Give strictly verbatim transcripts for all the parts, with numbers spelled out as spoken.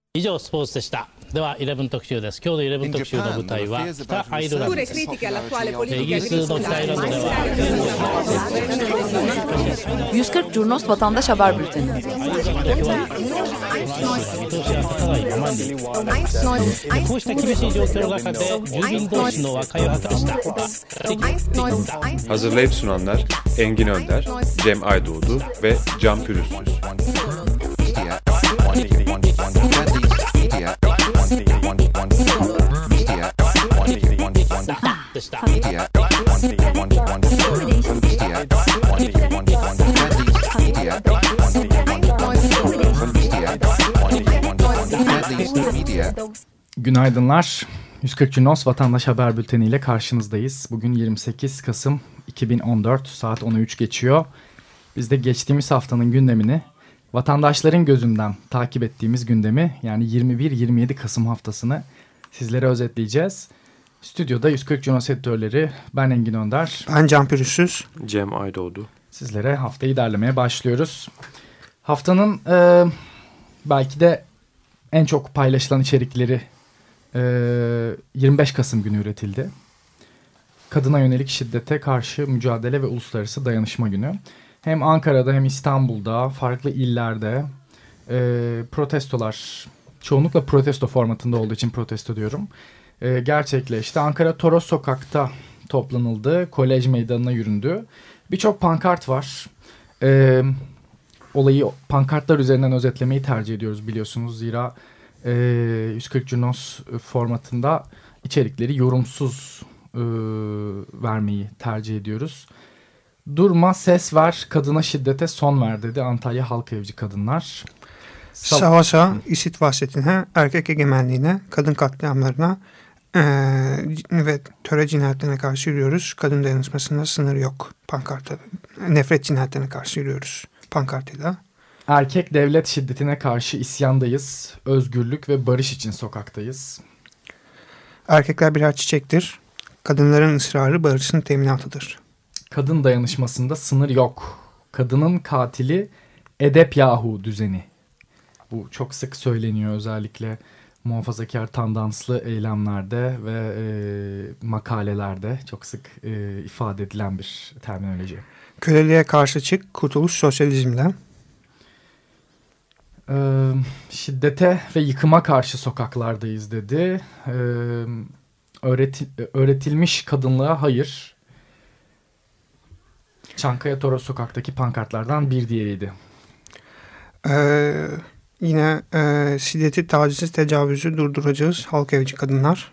以上スポーツでした。ではじゅういち特集です。今日のじゅういち特集の舞台は北アイルランドです。イギリスの北アイルランドでは yüz kırk Curnos Vatandaş Haber Bülteni. Hazırlayıp sunanlar Engin Önder, Cem Aydoğdu ve Can Pürüzsüz. Günaydınlar. yüz kırk Curnos Vatandaş Haber Bülteni ile karşınızdayız. Bugün yirmi sekiz Kasım iki bin on dört, saat onu üç geçiyor. Biz de geçtiğimiz haftanın gündemini, vatandaşların gözünden takip ettiğimiz gündemi, yani yirmi bir yirmi yedi Kasım haftasını sizlere özetleyeceğiz. Stüdyoda yüz kırk Curnos editörleri ben Engin Önder. Ben Can Pürüzsüz. Cem Aydoğdu. Sizlere haftayı derlemeye başlıyoruz. Haftanın e, belki de en çok paylaşılan içerikleri e, yirmi beş Kasım günü üretildi. Kadına yönelik şiddete karşı mücadele ve uluslararası dayanışma günü. Hem Ankara'da hem İstanbul'da, farklı illerde e, protestolar, çoğunlukla protesto formatında olduğu için protesto diyorum, e, gerçekleşti. Ankara Toros Sokak'ta toplanıldı, Kolej Meydanı'na yüründü. Birçok pankart var. E, olayı pankartlar üzerinden özetlemeyi tercih ediyoruz biliyorsunuz. Zira e, yüz kırk Curnos formatında içerikleri yorumsuz e, vermeyi tercih ediyoruz. Durma, ses ver, kadına şiddete son ver dedi Antalya Halk Evci Kadınlar. Sav- Savaşa, İSİD vahşetine, erkek egemenliğine, kadın katliamlarına ee, ve töre cinayetlerine karşı yürüyoruz. Kadın dayanışmasında sınır yok pankartı. Nefret cinayetlerine karşı yürüyoruz pankartıyla. Erkek devlet şiddetine karşı isyandayız. Özgürlük ve barış için sokaktayız. Erkekler birer çiçektir. Kadınların ısrarı barışın teminatıdır. Kadın dayanışmasında sınır yok. Kadının katili edep yahu düzeni. Bu çok sık söyleniyor özellikle muhafazakar tandanslı eylemlerde ve e, makalelerde çok sık e, ifade edilen bir terminoloji. Köleliğe karşı çık, kurtuluş sosyalizmden. Ee, şiddete ve yıkıma karşı sokaklardayız dedi. Ee, öğreti, öğretilmiş kadınlığa hayır. Çankaya Toros Sokak'taki pankartlardan bir diğeriydi. Ee, yine e, şiddeti, tacizi, tecavüzü durduracağız. Halk Evci Kadınlar.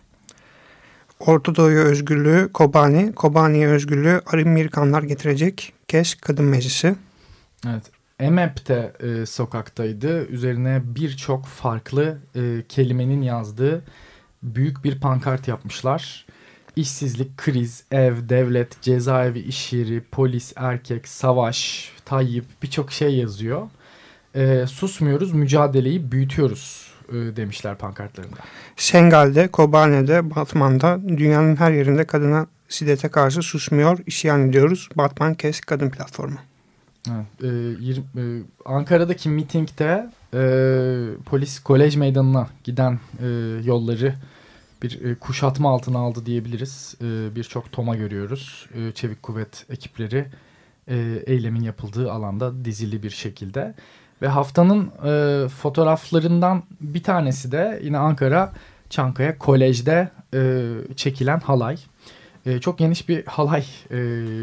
Orta Doğu'ya özgürlüğü Kobani, Kobani'ye özgürlüğü Arim Mirkanlar getirecek. KES Kadın Meclisi. Evet. E M E P'te e, sokaktaydı. Üzerine birçok farklı e, kelimenin yazdığı büyük bir pankart yapmışlar. İşsizlik, kriz, ev, devlet, cezaevi, iş yeri, polis, erkek, savaş, Tayyip, birçok şey yazıyor. E, susmuyoruz, mücadeleyi büyütüyoruz e, demişler pankartlarında. Şengal'de, Kobani'de, Batman'da, dünyanın her yerinde kadına şiddete karşı susmuyor, isyan ediyoruz. Batman KES Kadın Platformu. Evet, e, yirmi, e, Ankara'daki mitingde e, polis Kolej Meydanı'na giden e, yolları bir e, kuşatma altına aldı diyebiliriz. E, Birçok toma görüyoruz. E, Çevik kuvvet ekipleri e, eylemin yapıldığı alanda dizili bir şekilde. Ve haftanın e, fotoğraflarından bir tanesi de yine Ankara Çankaya Kolej'de e, çekilen halay. E, çok geniş bir halay e,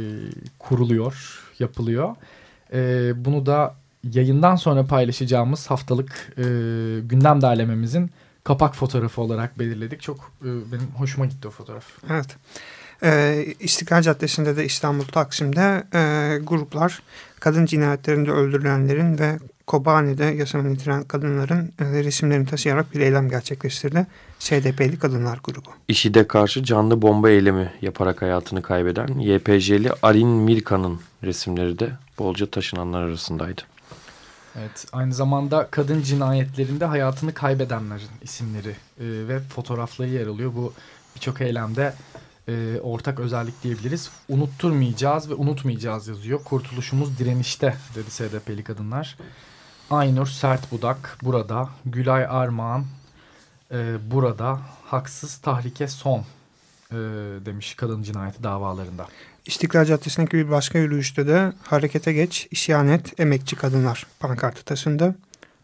kuruluyor, yapılıyor. E, bunu da yayından sonra paylaşacağımız haftalık e, gündem derlememizin kapak fotoğrafı olarak belirledik. Çok e, benim hoşuma gitti o fotoğraf. Evet. Ee, İstiklal Caddesi'nde de İstanbul Taksim'de e, gruplar kadın cinayetlerinde öldürülenlerin ve Kobani'de yaşamını yitiren kadınların e, resimlerini taşıyarak bir eylem gerçekleştirdi. S D P'li Kadınlar Grubu. IŞİD'e karşı canlı bomba eylemi yaparak hayatını kaybeden Y P J'li Arin Mirkan'ın resimleri de bolca taşınanlar arasındaydı. Evet, aynı zamanda kadın cinayetlerinde hayatını kaybedenlerin isimleri e, ve fotoğrafları yer alıyor. Bu birçok eylemde e, ortak özellik diyebiliriz. Unutturmayacağız ve unutmayacağız yazıyor. Kurtuluşumuz direnişte dedi S D P'li kadınlar. Aynur Sertbudak burada, Gülay Armağan e, burada, haksız tahrike son e, demiş kadın cinayeti davalarında. İstiklal Caddesi'ndeki bir başka yürüyüşte de harekete geç, isyan et, emekçi kadınlar pankartı taşındı.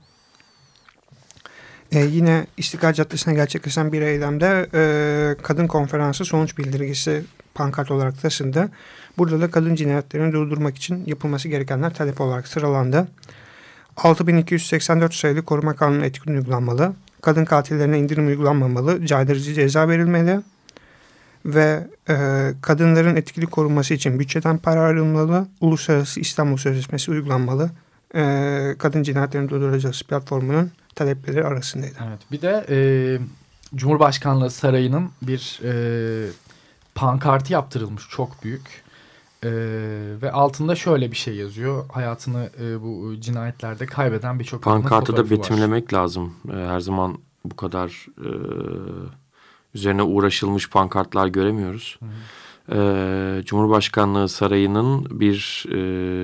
Ee, yine İstiklal Caddesi'ne gerçekleşen bir eylemde e, kadın konferansı sonuç bildirgesi pankart olarak taşındı. Burada da kadın cinayetlerini durdurmak için yapılması gerekenler talep olarak sıralandı. altı bin iki yüz seksen dört sayılı koruma kanunu etkin uygulanmalı. Kadın katillerine indirim uygulanmamalı. Caydırıcı ceza verilmeli. Ve e, kadınların etkili korunması için bütçeden para ayrılmalı. Uluslararası İstanbul Sözleşmesi uygulanmalı. E, kadın cinayetlerini durduracağız platformunun talepleri arasındaydı. Evet, bir de e, Cumhurbaşkanlığı Sarayı'nın bir e, pankartı yaptırılmış, çok büyük. E, ve altında şöyle bir şey yazıyor. Hayatını e, bu cinayetlerde kaybeden birçok pankartı da betimlemek var. lazım. E, her zaman bu kadar e, üzerine uğraşılmış pankartlar göremiyoruz. E, Cumhurbaşkanlığı Sarayı'nın bir e,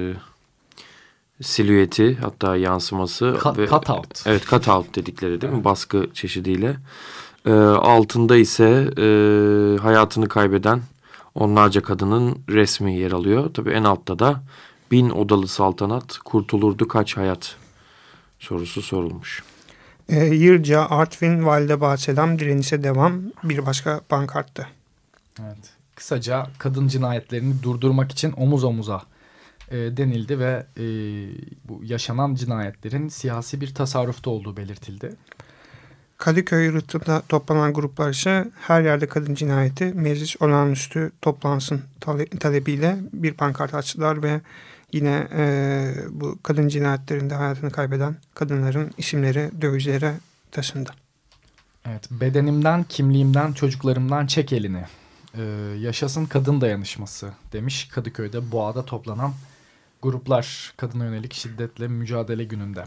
silüeti, hatta yansıması. Cut, ve, cut out. Evet, cut out dedikleri değil mi? Baskı çeşidiyle. E, altında ise e, hayatını kaybeden onlarca kadının resmi yer alıyor. Tabii en altta da bin odalı saltanat kurtulurdu kaç hayat sorusu sorulmuş. E, Yırca, Artvin, Validebağ, Selam, Direnişe Devam bir başka pankarttı. Evet. Kısaca kadın cinayetlerini durdurmak için omuz omuza e, denildi ve e, bu yaşanan cinayetlerin siyasi bir tasarrufta olduğu belirtildi. Kadıköy Rıhtı'da toplanan gruplar ise her yerde kadın cinayeti meclis olağanüstü toplansın tale talebiyle bir pankart açtılar ve yine e, bu kadın cinayetlerinde hayatını kaybeden kadınların isimleri dövizlere taşındı. Evet, bedenimden, kimliğimden, çocuklarımdan çek elini. Ee, yaşasın kadın dayanışması demiş Kadıköy'de Boğa'da toplanan gruplar kadına yönelik şiddetle mücadele gününde.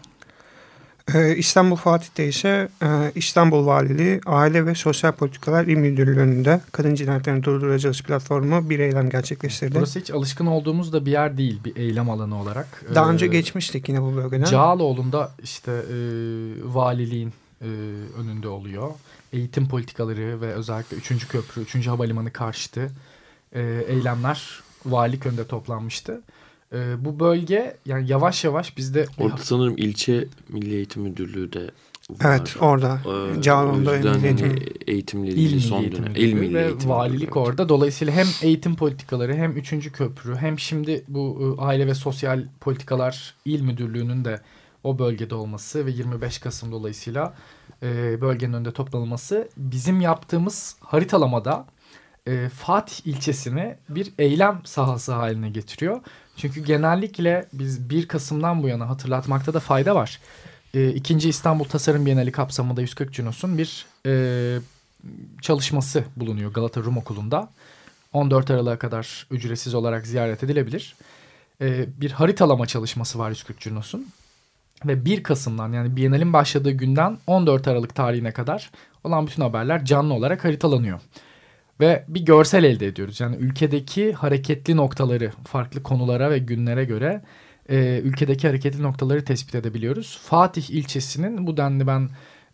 Ee, İstanbul Fatih'te ise e, İstanbul Valiliği Aile ve Sosyal Politikalar İl Müdürlüğü'nde kadın cinayetlerini durduracağız platformu bir eylem gerçekleştirdi. Burası hiç alışkın olduğumuz da bir yer değil, bir eylem alanı olarak. Daha ee, önce geçmiştik yine bu bölgeden. Cağaloğlu'nda işte e, valiliğin e, önünde oluyor. Eğitim politikaları ve özellikle üçüncü köprü, üçüncü havalimanı karşıtı e, eylemler valilik önünde toplanmıştı. E, bu bölge yani yavaş yavaş bizde... Orada sanırım ilçe Milli Eğitim Müdürlüğü de var. Evet, orada. Ee, Cağaloğlu'nda Milli Eğitim, Eğitimle İl ilgili son Eğitim dönem. Müdürlüğü İl Milli ve Eğitim valilik Müdürlüğü. orada. Dolayısıyla hem eğitim politikaları hem üçüncü köprü hem şimdi bu Aile ve Sosyal Politikalar İl Müdürlüğü'nün de o bölgede olması ve yirmi beş Kasım dolayısıyla e, bölgenin önünde toplanılması bizim yaptığımız haritalamada e, Fatih ilçesini bir eylem sahası haline getiriyor. Çünkü genellikle biz bir Kasım'dan bu yana hatırlatmakta da fayda var. E, İkinci İstanbul Tasarım Bienali kapsamında yüz kırk Cunos'un bir e, çalışması bulunuyor Galata Rum Okulu'nda. on dört Aralık'a kadar ücretsiz olarak ziyaret edilebilir. E, bir haritalama çalışması var yüz kırk Cunos'un. Ve bir Kasım'dan yani Bienal'in başladığı günden on dört Aralık tarihine kadar olan bütün haberler canlı olarak haritalanıyor. Ve bir görsel elde ediyoruz. Yani ülkedeki hareketli noktaları farklı konulara ve günlere göre e, ülkedeki hareketli noktaları tespit edebiliyoruz. Fatih ilçesinin bu denli ben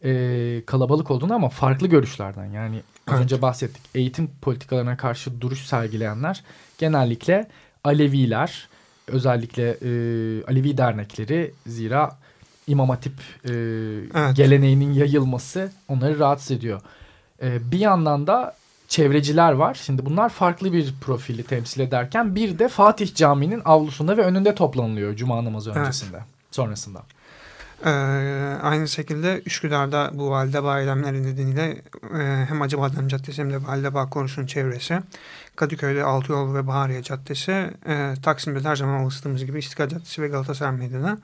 e, kalabalık olduğunu ama farklı görüşlerden yani az evet. önce bahsettik. Eğitim politikalarına karşı duruş sergileyenler genellikle Aleviler, özellikle e, Alevi dernekleri, zira İmam Hatip e, evet. geleneğinin yayılması onları rahatsız ediyor. E, bir yandan da çevreciler var. Şimdi bunlar farklı bir profili temsil ederken bir de Fatih Camii'nin avlusunda ve önünde toplanılıyor Cuma namazı öncesinde, evet. sonrasında. Ee, aynı şekilde Üsküdar'da bu Validebağ eylemleri nedeniyle e, hem Acıbadem Caddesi hem de Validebağ konusunun çevresi, Kadıköy'de Altıyol ve Bahariye Caddesi, e, Taksim'de her zaman alıştığımız gibi İstiklal Caddesi ve Galatasaray Meydanı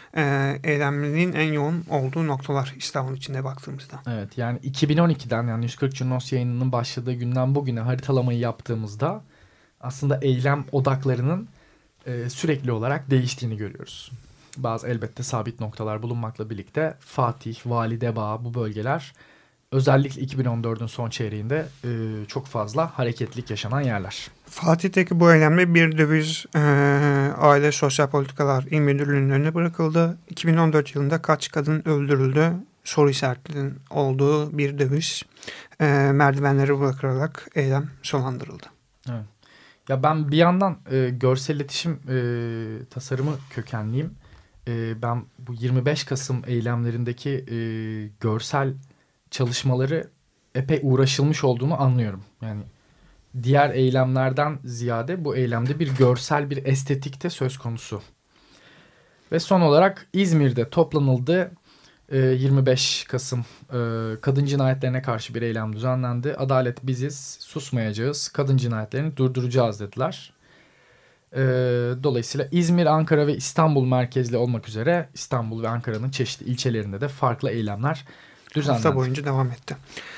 e, eylemlerinin en yoğun olduğu noktalar İstanbul içinde baktığımızda. Evet, yani iki bin on ikiden yani yüz kırk Cunos yayınının başladığı günden bugüne haritalamayı yaptığımızda aslında eylem odaklarının e, sürekli olarak değiştiğini görüyoruz. Bazı elbette sabit noktalar bulunmakla birlikte Fatih, Validebağ bu bölgeler özellikle iki bin on dördün son çeyreğinde e, çok fazla hareketlilik yaşanan yerler. Fatih'teki bu eylemde bir döviz e, Aile Sosyal Politikalar İl Müdürlüğü'nün önüne bırakıldı. iki bin on dört yılında kaç kadın öldürüldü? Soru işaretlerinin olduğu bir döviz e, merdivenleri bırakılarak eylem sonlandırıldı. Evet. Ya ben bir yandan e, görsel iletişim e, tasarımı kökenliyim. E, ben bu yirmi beş Kasım eylemlerindeki e, görsel çalışmaları epey uğraşılmış olduğunu anlıyorum. Yani diğer eylemlerden ziyade bu eylemde bir görsel, bir estetik de söz konusu. Ve son olarak İzmir'de toplanıldı. E, yirmi beş Kasım e, kadın cinayetlerine karşı bir eylem düzenlendi. Adalet biziz, susmayacağız, kadın cinayetlerini durduracağız dediler. E, dolayısıyla İzmir, Ankara ve İstanbul merkezli olmak üzere İstanbul ve Ankara'nın çeşitli ilçelerinde de farklı eylemler düzenlendi. Hafta boyunca devam etti.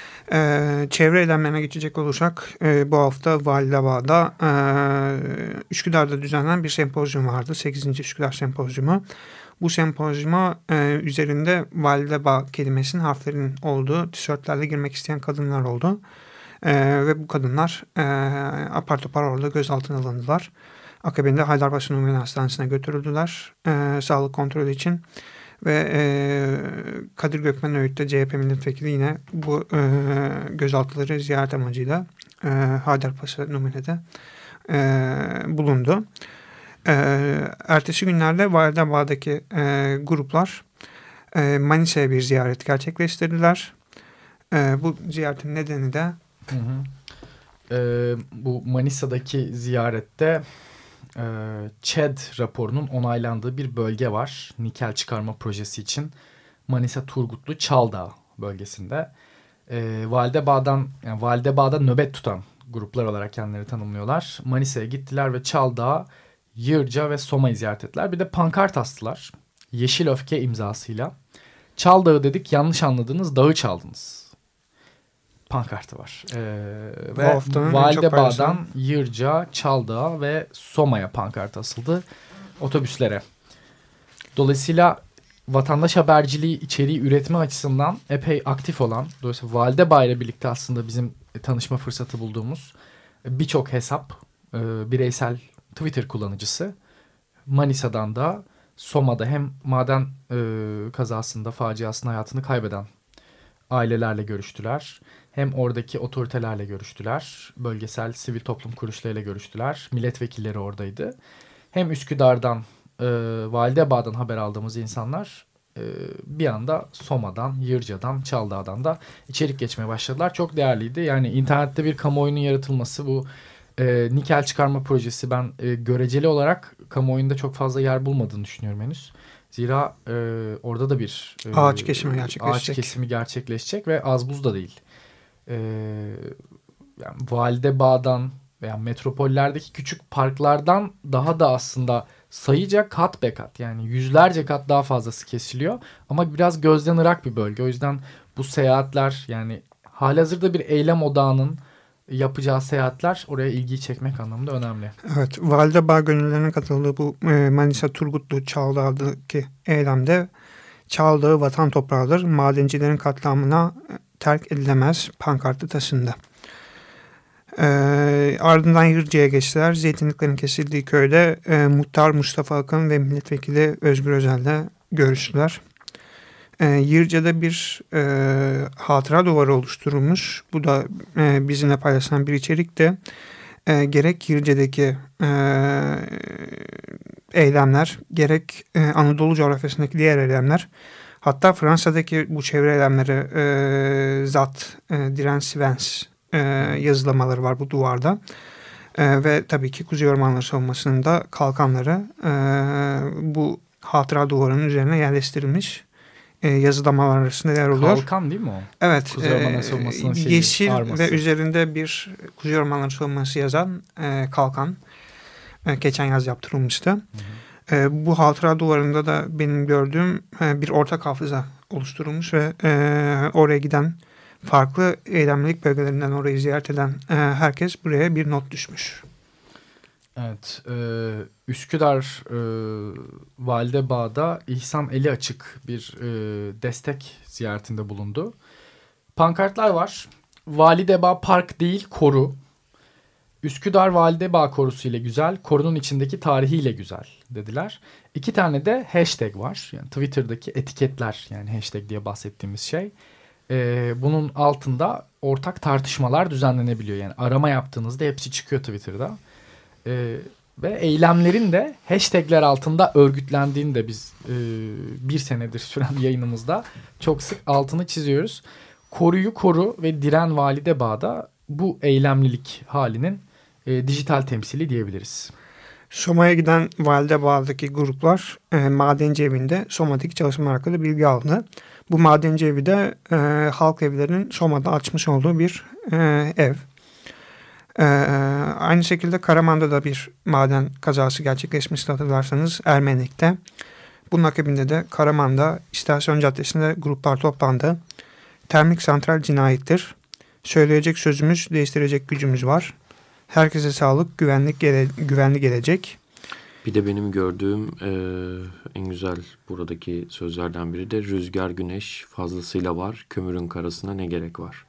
Ee, çevre eylemlerine geçecek olursak e, bu hafta Validebağ'da e, Üsküdar'da düzenlenen bir sempozyum vardı. sekizinci Üsküdar Sempozyumu. Bu sempozyuma e, üzerinde Validebağ kelimesinin harflerinin olduğu tişörtlerle girmek isteyen kadınlar oldu. E, ve bu kadınlar e, apar topar orada gözaltına alındılar. Akabinde Haydarpaşa Numune Hastanesi'ne götürüldüler e, sağlık kontrolü için. Ve e, Kadir Gökmen Öğüt de C H P milletvekili yine bu e, gözaltıları ziyaret amacıyla e, Haydarpaşa Numune'de e, bulundu. E, ertesi günlerde Validebağ'daki e, gruplar e, Manisa'ya bir ziyaret gerçekleştirdiler. E, bu ziyaretin nedeni de hı hı. E, bu Manisa'daki ziyarette e, ÇED raporunun onaylandığı bir bölge var. Nikel çıkarma projesi için Manisa Turgutlu Çaldağ bölgesinde. E, Validebağ'dan yani Validebağ'da nöbet tutan gruplar olarak kendileri tanımlıyorlar. Manisa'ya gittiler ve Çaldağ, Yırca ve Soma'yı ziyaret ettiler. Bir de pankart astılar. Yeşil Öfke imzasıyla. Çaldağ'ı dedik, yanlış anladınız, dağı çaldınız pankartı var. Ee, ve Validebağ'dan Yırca, Çaldağ ve Soma'ya pankart asıldı otobüslere. Dolayısıyla vatandaş haberciliği içeriği üretme açısından epey aktif olan, dolayısıyla Validebağ ile birlikte aslında bizim tanışma fırsatı bulduğumuz birçok hesap, bireysel Twitter kullanıcısı Manisa'dan da Soma'da hem maden kazasında faciasında hayatını kaybeden ailelerle görüştüler. Hem oradaki otoritelerle görüştüler. Bölgesel sivil toplum kuruluşlarıyla görüştüler. Milletvekilleri oradaydı. Hem Üsküdar'dan, e, Validebağ'dan haber aldığımız insanlar e, bir anda Soma'dan, Yırca'dan, Çaldağ'dan da içerik geçmeye başladılar. Çok değerliydi. Yani internette bir kamuoyunun yaratılması, bu e, nikel çıkarma projesi ben e, göreceli olarak kamuoyunda çok fazla yer bulmadığını düşünüyorum henüz. Zira e, orada da bir e, ağaç kesimi gerçekleşecek. Ağaç kesimi gerçekleşecek ve az buz da değil. E, yani Validebağ'dan veya metropollerdeki küçük parklardan daha da aslında sayıca kat be kat, yani yüzlerce kat daha fazlası kesiliyor. Ama biraz gözden ırak bir bölge. O yüzden bu seyahatler, yani halihazırda bir eylem odağının yapacağı seyahatler oraya ilgiyi çekmek anlamında önemli. Evet, Validebağ gönüllülerine katıldığı bu e, Manisa Turgutlu Çaldağ'daki eylemde Çaldağ vatan toprağıdır, madencilerin katliamına terk edilemez pankartı taşındı. E, ardından Yırca'ya geçtiler. Zeytinliklerin kesildiği köyde e, Muhtar Mustafa Akın ve Milletvekili Özgür Özel'le görüştüler. E, Yırca'da bir e, hatıra duvarı oluşturulmuş. Bu da e, bizimle paylaşılan bir içerikti. E, gerek Yırca'daki e, eylemler, gerek e, Anadolu coğrafyasındaki diğer eylemler, hatta Fransa'daki bu çevre eylemleri, e, Z A T, e, Direnç Sivens e, yazılamaları var bu duvarda. E, ve tabii ki Kuzey Ormanları Savunması'nın da kalkanları e, bu hatıra duvarının üzerine yerleştirilmiş. E, yazılamalar arasında yer oluyor. Kalkan değil mi o? Evet. Kuzey Ormanları Savunması'nın e, yeşil arması. Ve üzerinde bir Kuzey Ormanları Savunması yazan e, kalkan. E, geçen yaz yaptırılmıştı. Hı hı. E, bu hatıra duvarında da benim gördüğüm e, bir ortak hafıza oluşturulmuş ve e, oraya giden, farklı eylemlilik bölgelerinden orayı ziyaret eden e, herkes buraya bir not düşmüş. Evet, e, Üsküdar e, Validebağ'da İhsan Eli Açık bir e, destek ziyaretinde bulundu. Pankartlar var. Validebağ Park değil koru. Üsküdar Validebağ korusu ile güzel, korunun içindeki tarihiyle güzel dediler. İki tane de hashtag var. Yani Twitter'daki etiketler, yani hashtag diye bahsettiğimiz şey. Ee, bunun altında ortak tartışmalar düzenlenebiliyor. Yani arama yaptığınızda hepsi çıkıyor Twitter'da. Ee, ve eylemlerin de hashtagler altında örgütlendiğini de biz e, bir senedir süren yayınımızda çok sık altını çiziyoruz. Koruyu koru ve diren Validebağ'da bu eylemlilik halinin e, dijital temsili diyebiliriz. Soma'ya giden Validebağ'daki gruplar e, madenci evinde Soma'daki çalışmalar hakkında bilgi aldı. Bu madenci evi de e, halk evlerinin Soma'da açmış olduğu bir e, ev. E, aynı şekilde Karaman'da da bir maden kazası gerçekleşmişti hatırlarsanız Ermenek'te. Bunun akabinde de Karaman'da İstasyon Caddesi'nde gruplar toplandı. Termik santral cinayettir. Söyleyecek sözümüz, değiştirecek gücümüz var. Herkese sağlık, güvenlik gele, güvenli gelecek. Bir de benim gördüğüm e, en güzel buradaki sözlerden biri de rüzgar güneş fazlasıyla var. Kömürün karasına ne gerek var?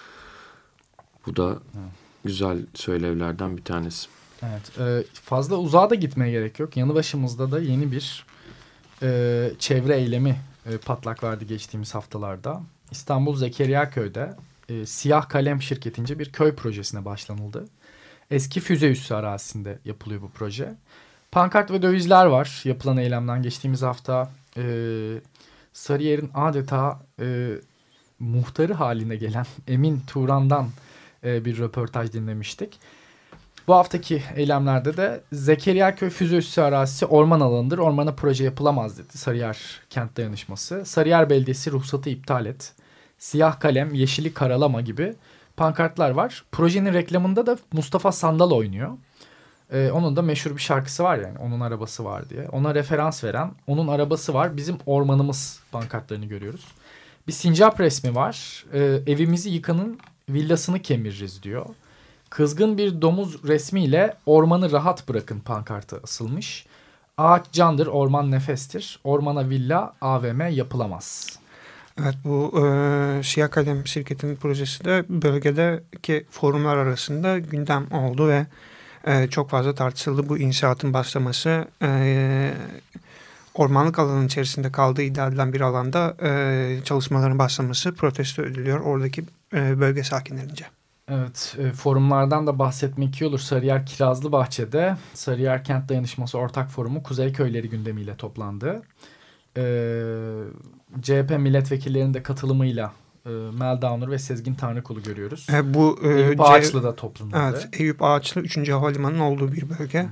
Bu da güzel söylevlerden bir tanesi. Evet, e, fazla uzağa da gitmeye gerek yok. Yanı başımızda da yeni bir e, çevre eylemi e, patlak verdi geçtiğimiz haftalarda. İstanbul Zekeriyaköy'de e, Siyah Kalem şirketince bir köy projesine başlanıldı. Eski füze üssü arazisinde yapılıyor bu proje. Pankart ve dövizler var. Yapılan eylemden geçtiğimiz hafta e, Sarıyer'in adeta e, muhtarı haline gelen Emin Turan'dan e, bir röportaj dinlemiştik. Bu haftaki eylemlerde de Zekeriyaköy füze üssü arazisi orman alanıdır. Ormana proje yapılamaz dedi Sarıyer Kent Dayanışması. Sarıyer Belediyesi ruhsatı iptal et. Siyah kalem, yeşili karalama gibi pankartlar var. Projenin reklamında da Mustafa Sandal oynuyor. Ee, onun da meşhur bir şarkısı var yani. Onun arabası var diye. Ona referans veren onun arabası var, bizim ormanımız pankartlarını görüyoruz. Bir sincap resmi var. Ee, evimizi yıkanın villasını kemiririz diyor. Kızgın bir domuz resmiyle ormanı rahat bırakın pankartı asılmış. Ağaç candır, orman nefestir. Ormana villa, A V M yapılamaz. Evet, bu e, Siyah Kalem şirketinin projesi de bölgedeki forumlar arasında gündem oldu ve e, çok fazla tartışıldı. Bu inşaatın başlaması e, ormanlık alanın içerisinde kaldığı iddia edilen bir alanda e, çalışmaların başlaması protesto ediliyor oradaki e, bölge sakinlerince. Evet, e, forumlardan da bahsetmek iyi olur. Sarıyer Kirazlıbahçe'de Sarıyer Kent Dayanışması Ortak Forumu Kuzey Köyleri gündemiyle toplandı. Ee, C H P milletvekillerinin de katılımıyla e, Melda Onur ve Sezgin Tanrıkulu görüyoruz. E, bu e, Eyüp Ağaçlı'da toplanıldı. Evet, Eyüp Ağaçlı üçüncü Havalimanı'nın olduğu bir bölge.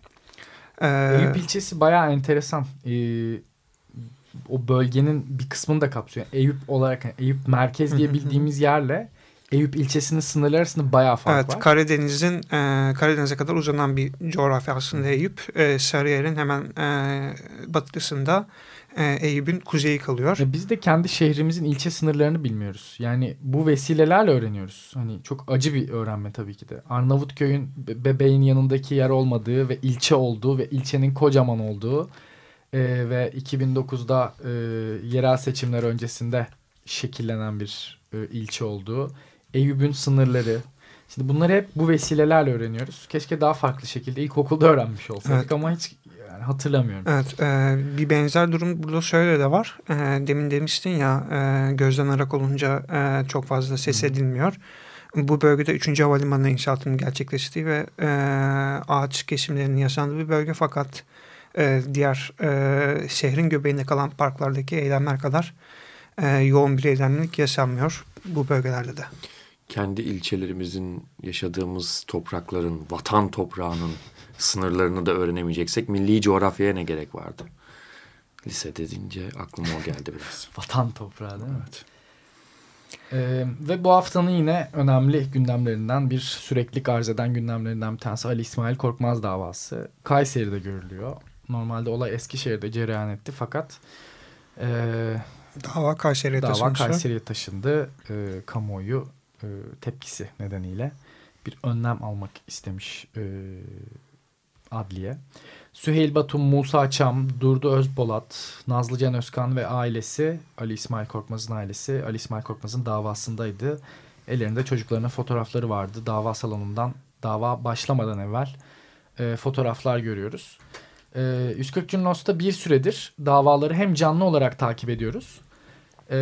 Ee, Eyüp ilçesi bayağı enteresan. Ee, o bölgenin bir kısmını da kapsıyor. Eyüp olarak, yani Eyüp merkez diye bildiğimiz yerle Eyüp ilçesinin sınırları arasında bayağı fark evet, var. Evet, Karadeniz'in e, Karadeniz'e kadar uzanan bir coğrafya aslında Eyüp. E, Sarıyer'in hemen e, batısında e, Eyüp'ün kuzeyi kalıyor. Ve biz de kendi şehrimizin ilçe sınırlarını bilmiyoruz. Yani bu vesilelerle öğreniyoruz. Hani çok acı bir öğrenme tabii ki de. Arnavutköy'ün Bebeğin yanındaki yer olmadığı ve ilçe olduğu ve ilçenin kocaman olduğu e, ve iki bin dokuzda e, yerel seçimler öncesinde şekillenen bir e, ilçe olduğu. Eyüp'ün sınırları. Şimdi bunları hep bu vesilelerle öğreniyoruz. Keşke daha farklı şekilde ilkokulda öğrenmiş olsaydık, evet. Ama hiç yani hatırlamıyorum. Evet, e, bir benzer durum burada şöyle de var. E, demin demiştin ya e, gözden ırak olunca e, çok fazla ses Hı. edilmiyor. Bu bölgede üçüncü Havalimanı inşaatının gerçekleştiği ve e, ağaç kesimlerinin yaşandığı bir bölge, fakat e, diğer e, şehrin göbeğinde kalan parklardaki eylemler kadar e, yoğun bir eylemlilik yaşanmıyor bu bölgelerde de. Kendi ilçelerimizin, yaşadığımız toprakların, vatan toprağının sınırlarını da öğrenemeyeceksek milli coğrafyaya ne gerek vardı? Lisede deyince aklıma o geldi biraz. Vatan toprağı değil mi? Evet. Ee, ve bu haftanın yine önemli gündemlerinden, bir sürekli arz eden gündemlerinden bir tanesi Ali İsmail Korkmaz davası. Kayseri'de görülüyor. Normalde olay Eskişehir'de cereyan etti, fakat e, dava Kayseri'ye dava taşındı. Kayseri'ye taşındı. E, kamuoyu e, tepkisi nedeniyle bir önlem almak istemiş e, adliye. Süheyl Batum, Musa Çam, Durdu Özbolat, Nazlı Can Özkan ve ailesi, Ali İsmail Korkmaz'ın ailesi Ali İsmail Korkmaz'ın davasındaydı. Ellerinde çocuklarının fotoğrafları vardı. Dava salonundan dava başlamadan evvel e, fotoğraflar görüyoruz. E, yüz kırk Junnos'ta bir süredir davaları hem canlı olarak takip ediyoruz. E,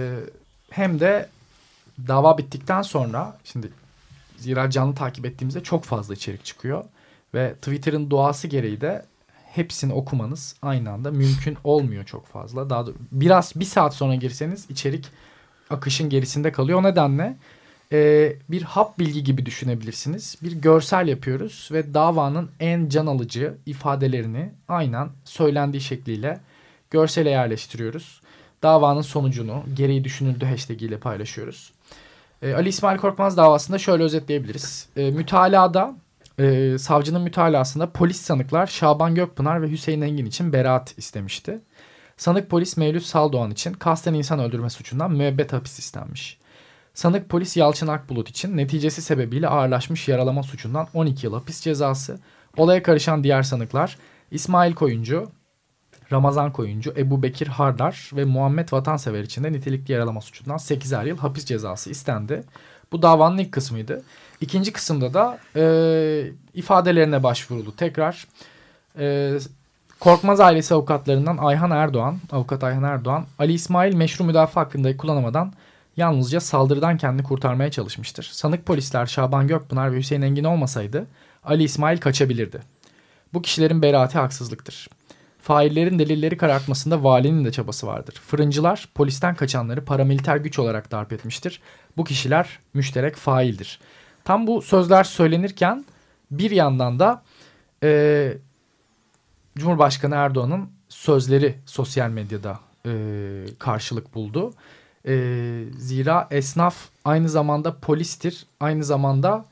hem de dava bittikten sonra, şimdi zira canlı takip ettiğimizde çok fazla içerik çıkıyor. Ve Twitter'ın doğası gereği de hepsini okumanız aynı anda mümkün olmuyor çok fazla. Daha da biraz bir saat sonra girseniz içerik akışın gerisinde kalıyor. O nedenle e, bir hap bilgi gibi düşünebilirsiniz. Bir görsel yapıyoruz ve davanın en can alıcı ifadelerini aynen söylendiği şekliyle görsele yerleştiriyoruz. Davanın sonucunu gereği düşünüldü hashtag ile paylaşıyoruz. E, Ali İsmail Korkmaz davasında şöyle özetleyebiliriz. E, mütalada Ee, savcının mütalasında polis sanıklar Şaban Gökpınar ve Hüseyin Engin için beraat istemişti. Sanık polis Mevlüt Saldoğan için kasten insan öldürme suçundan müebbet hapis istenmiş. Sanık polis Yalçın Akbulut için neticesi sebebiyle ağırlaşmış yaralama suçundan on iki yıl hapis cezası. Olaya karışan diğer sanıklar İsmail Koyuncu, Ramazan Koyuncu, Ebu Bekir Hardar ve Muhammed Vatansever için de nitelikli yaralama suçundan sekizer yıl hapis cezası istendi. Bu davanın ilk kısmıydı. İkinci kısımda da e, ifadelerine başvuruldu. Tekrar e, Korkmaz ailesi avukatlarından Ayhan Erdoğan, avukat Ayhan Erdoğan, Ali İsmail meşru müdafaa hakkında kullanamadan yalnızca saldırıdan kendini kurtarmaya çalışmıştır. Sanık polisler Şaban Gökpınar ve Hüseyin Engin olmasaydı Ali İsmail kaçabilirdi. Bu kişilerin beraati haksızlıktır. Faillerin delilleri karartmasında valinin de çabası vardır. Fırıncılar polisten kaçanları paramiliter güç olarak darp etmiştir. Bu kişiler müşterek faildir. Tam bu sözler söylenirken bir yandan da e, Cumhurbaşkanı Erdoğan'ın sözleri sosyal medyada e, karşılık buldu. E, zira esnaf aynı zamanda polistir, aynı zamanda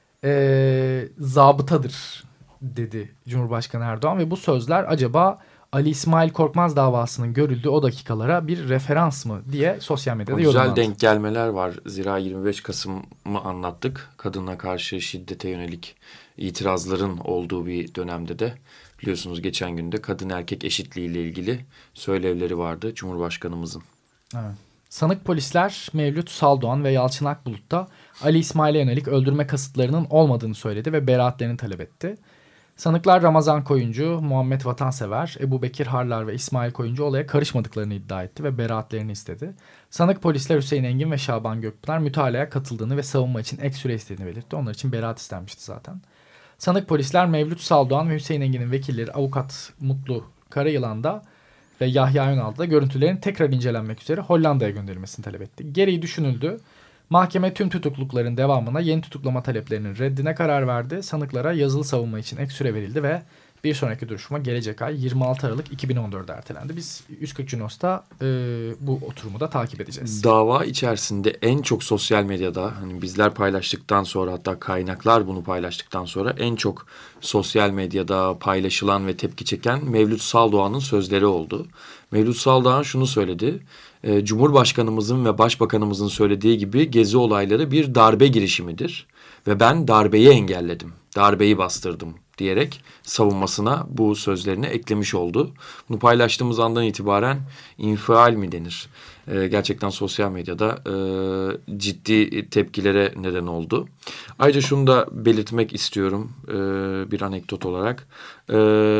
e, zabıtadır dedi Cumhurbaşkanı Erdoğan ve bu sözler acaba Ali İsmail Korkmaz davasının görüldüğü o dakikalara bir referans mı diye sosyal medyada yorumlandı. Güzel denk gelmeler var. Zira yirmi beş Kasım'ı anlattık. Kadına karşı şiddete yönelik itirazların olduğu bir dönemde de biliyorsunuz geçen günde kadın erkek eşitliği ile ilgili söylevleri vardı Cumhurbaşkanımızın. Evet. Sanık polisler Mevlüt Saldoğan ve Yalçın Akbulut'ta Ali İsmail'e yönelik öldürme kasıtlarının olmadığını söyledi ve beraatlerini talep etti. Sanıklar Ramazan Koyuncu, Muhammed Vatansever, Ebu Bekir Harlar ve İsmail Koyuncu olaya karışmadıklarını iddia etti ve beraatlerini istedi. Sanık polisler Hüseyin Engin ve Şaban Gökpınar mütalaya katıldığını ve savunma için ek süre istediğini belirtti. Onlar için beraat istenmişti zaten. Sanık polisler Mevlüt Saldoğan ve Hüseyin Engin'in vekilleri Avukat Mutlu Karayılan'da ve Yahya Önal'da görüntülerin tekrar incelenmek üzere Hollanda'ya gönderilmesini talep etti. Gereği düşünüldü. Mahkeme tüm tutuklulukların devamına yeni tutuklama taleplerinin reddine karar verdi. Sanıklara yazılı savunma için ek süre verildi ve bir sonraki duruşma gelecek ay yirmi altı Aralık iki bin on dört'e ertelendi. Biz yüz kırk Junnos'ta e, bu oturumu da takip edeceğiz. Dava içerisinde en çok sosyal medyada hani bizler paylaştıktan sonra hatta kaynaklar bunu paylaştıktan sonra en çok sosyal medyada paylaşılan ve tepki çeken Mevlüt Saldoğan'ın sözleri oldu. Mevlüt Saldoğan şunu söyledi. E, Cumhurbaşkanımızın ve Başbakanımızın söylediği gibi gezi olayları bir darbe girişimidir. Ve ben darbeyi engelledim, darbeyi bastırdım diyerek savunmasına bu sözlerini eklemiş oldu. Bunu paylaştığımız andan itibaren infial mi denir? E, gerçekten sosyal medyada e, ciddi tepkilere neden oldu. Ayrıca şunu da belirtmek istiyorum e, bir anekdot olarak. E,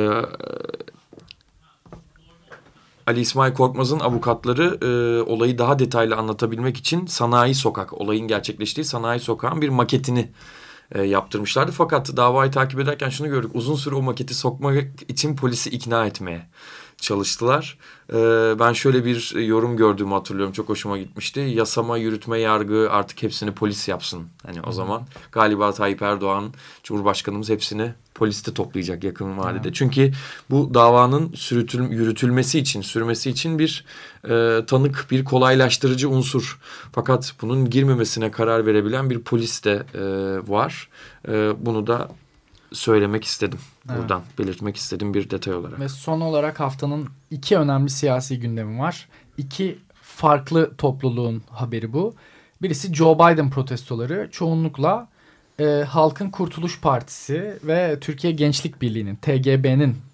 Ali İsmail Korkmaz'ın avukatları e, olayı daha detaylı anlatabilmek için Sanayi Sokak, olayın gerçekleştiği Sanayi Sokak'ın bir maketini e, yaptırmışlardı. Fakat davayı takip ederken şunu gördük. Uzun süre o maketi sokmak için polisi ikna etmeye çalıştılar. E, ben şöyle bir yorum gördüğümü hatırlıyorum. Çok hoşuma gitmişti. Yasama, yürütme, yargı artık hepsini polis yapsın. Hani o zaman galiba Tayyip Erdoğan, Cumhurbaşkanımız hepsini poliste toplayacak yakın vadede. Hmm. Çünkü bu davanın sürütül, yürütülmesi için, sürmesi için bir e, tanık, bir kolaylaştırıcı unsur. Fakat bunun girmemesine karar verebilen bir polis de e, var. E, bunu da söylemek istedim. Evet. Buradan belirtmek istedim bir detay olarak. Ve son olarak haftanın iki önemli siyasi gündemi var. İki farklı topluluğun haberi bu. Birisi Joe Biden protestoları. Çoğunlukla e, Halkın Kurtuluş Partisi ve Türkiye Gençlik Birliği'nin, T G B'nin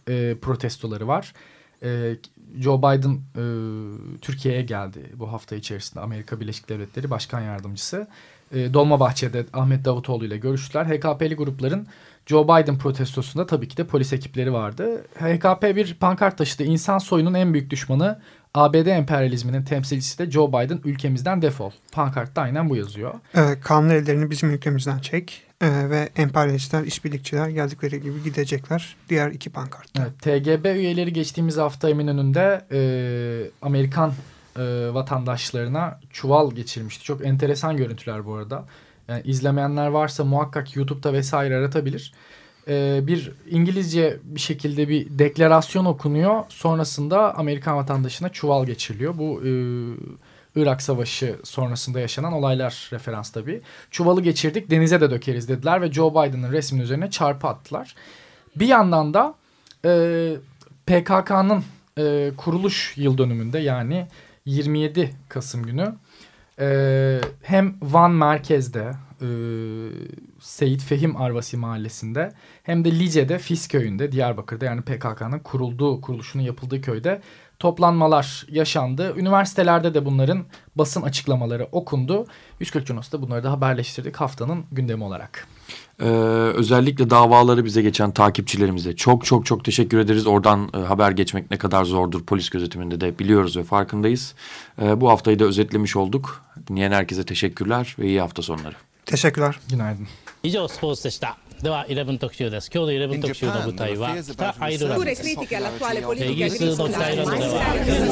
e, protestoları var. E, Joe Biden e, Türkiye'ye geldi bu hafta içerisinde, Amerika Birleşik Devletleri Başkan Yardımcısı. E, Dolmabahçe'de Ahmet Davutoğlu ile görüştüler. H K P'li grupların Joe Biden protestosunda tabii ki de polis ekipleri vardı. H K P bir pankart taşıdı. İnsan soyunun en büyük düşmanı, A B D emperyalizminin temsilcisi de Joe Biden, ülkemizden defol. Pankartta aynen bu yazıyor. Evet, kanlı ellerini bizim ülkemizden çek ee, ve emperyalistler, işbirlikçiler geldikleri gibi gidecekler. Diğer iki pankartta. Evet, T G B üyeleri geçtiğimiz hafta Eminönü'nde e, Amerikan e, vatandaşlarına çuval geçirmişti. Çok enteresan görüntüler bu arada. Yani izlemeyenler varsa muhakkak YouTube'da vesaire aratabilir. Ee, bir İngilizce bir şekilde bir deklarasyon okunuyor. Sonrasında Amerikan vatandaşına çuval geçiriliyor. Bu e, Irak Savaşı sonrasında yaşanan olaylar referans tabii. Çuvalı geçirdik, denize de dökeriz dediler ve Joe Biden'ın resminin üzerine çarpı attılar. Bir yandan da e, P K K'nın e, kuruluş yıl dönümünde, yani yirmi yedi Kasım günü e, hem Van merkezde, e, Seyit Fehim Arvasi mahallesinde, hem de Lice'de, Fis köyünde, Diyarbakır'da, yani P K K'nın kurulduğu, kuruluşunun yapıldığı köyde toplanmalar yaşandı. Üniversitelerde de bunların basın açıklamaları okundu. yüz kırk Cunos'ta bunları da haberleştirdik haftanın gündemi olarak. Ee, özellikle davaları bize geçen takipçilerimize çok çok çok teşekkür ederiz. Oradan e, haber geçmek ne kadar zordur polis gözetiminde de biliyoruz ve farkındayız. E, bu haftayı da özetlemiş olduk. Dinleyen herkese teşekkürler ve iyi hafta sonları. Teşekkürler. Günaydın. 以上スポーツでした。ではじゅういち特集です。今日のじゅういち特集の舞台は北アイルランドです。イギリスの北アイルランドでは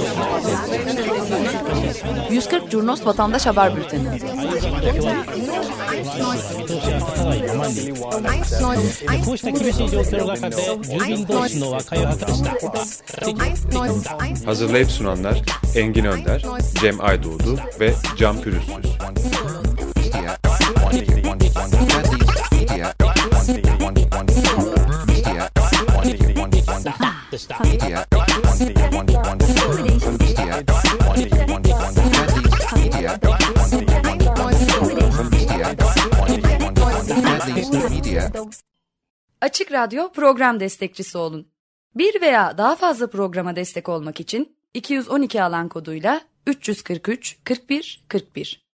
yüz kırk Curnos Vatandaş Haber Bülteni. Hazırlayıp sunanlar Engin Önder, Cem Aydoğdu ve Can Pürüzsüz. Açık Radyo program destekçisi olun. Bir veya daha fazla programa destek olmak için iki yüz on iki alan koduyla üç yüz kırk üç kırk bir kırk bir